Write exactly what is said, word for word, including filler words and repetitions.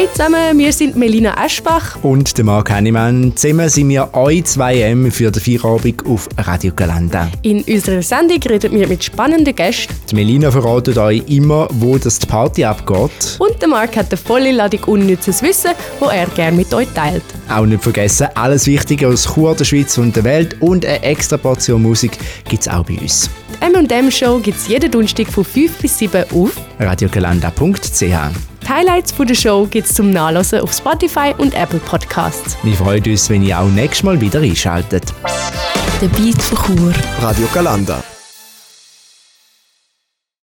Hi zusammen, wir sind Melina Aschbach und der Marc Hennimann. Zusammen sind wir euch zwei M für den Feierabend auf Radio Galanda. In unserer Sendung reden wir mit spannenden Gästen. Die Melina verratet euch immer, wo das die Party abgeht. Und der Marc hat eine volle Ladung unnützes Wissen, das er gerne mit euch teilt. Auch nicht vergessen, alles Wichtige aus Chur, der Schweiz und der Welt und eine extra Portion Musik gibt es auch bei uns. Die M und M Show gibt es jeden Donnerstag von fünf bis sieben auf radio galanda punkt c h. Die Highlights von der Show gibt es zum Nachlesen auf Spotify und Apple Podcasts. Wir freuen uns, wenn ihr auch nächstes Mal wieder einschaltet. Der Beat von Chur. Radio Galanda.